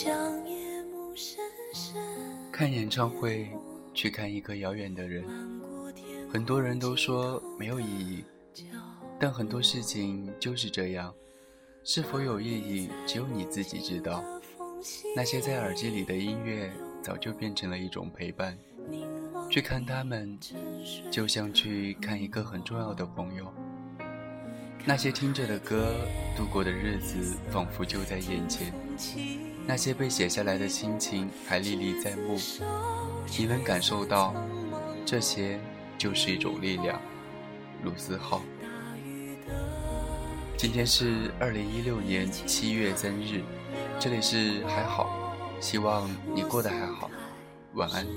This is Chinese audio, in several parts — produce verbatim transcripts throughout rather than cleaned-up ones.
看演唱会，去看一个遥远的人，很多人都说没有意义，但很多事情就是这样，是否有意义，只有你自己知道。那些在耳机里的音乐，早就变成了一种陪伴。去看他们，就像去看一个很重要的朋友。那些听着的歌，度过的日子，仿佛就在眼前。那些被写下来的心情，还历历在目。你能感受到，这些就是一种力量。鲁思浩。今天是二零一六年七月三日，这里是还好，希望你过得还好，晚安。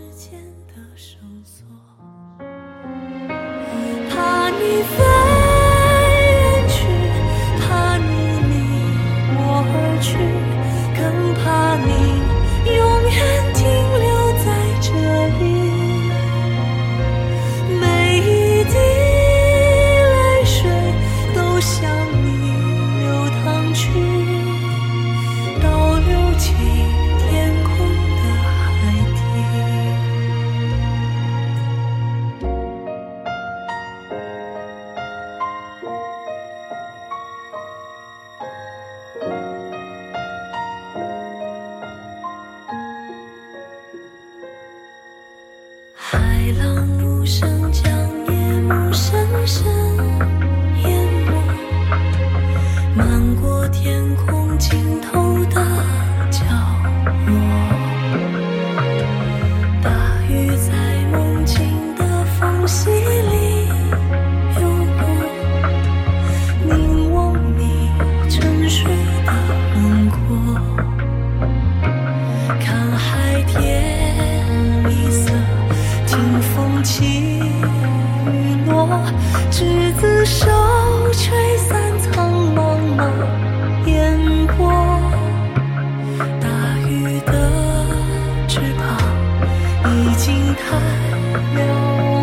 怕你飞远去，怕你离我而去，更怕你永远停留在这里。每一滴泪水都向你流淌去，倒流进天空的海底。海浪无声将夜幕深深淹没，漫过天空尽头的角落。大雨在梦境的缝隙里游过，凝望你沉睡的轮廓，看海天一色，听风起雨落，执子手，吹散苍茫茫烟波。大雨的翅膀已经太辽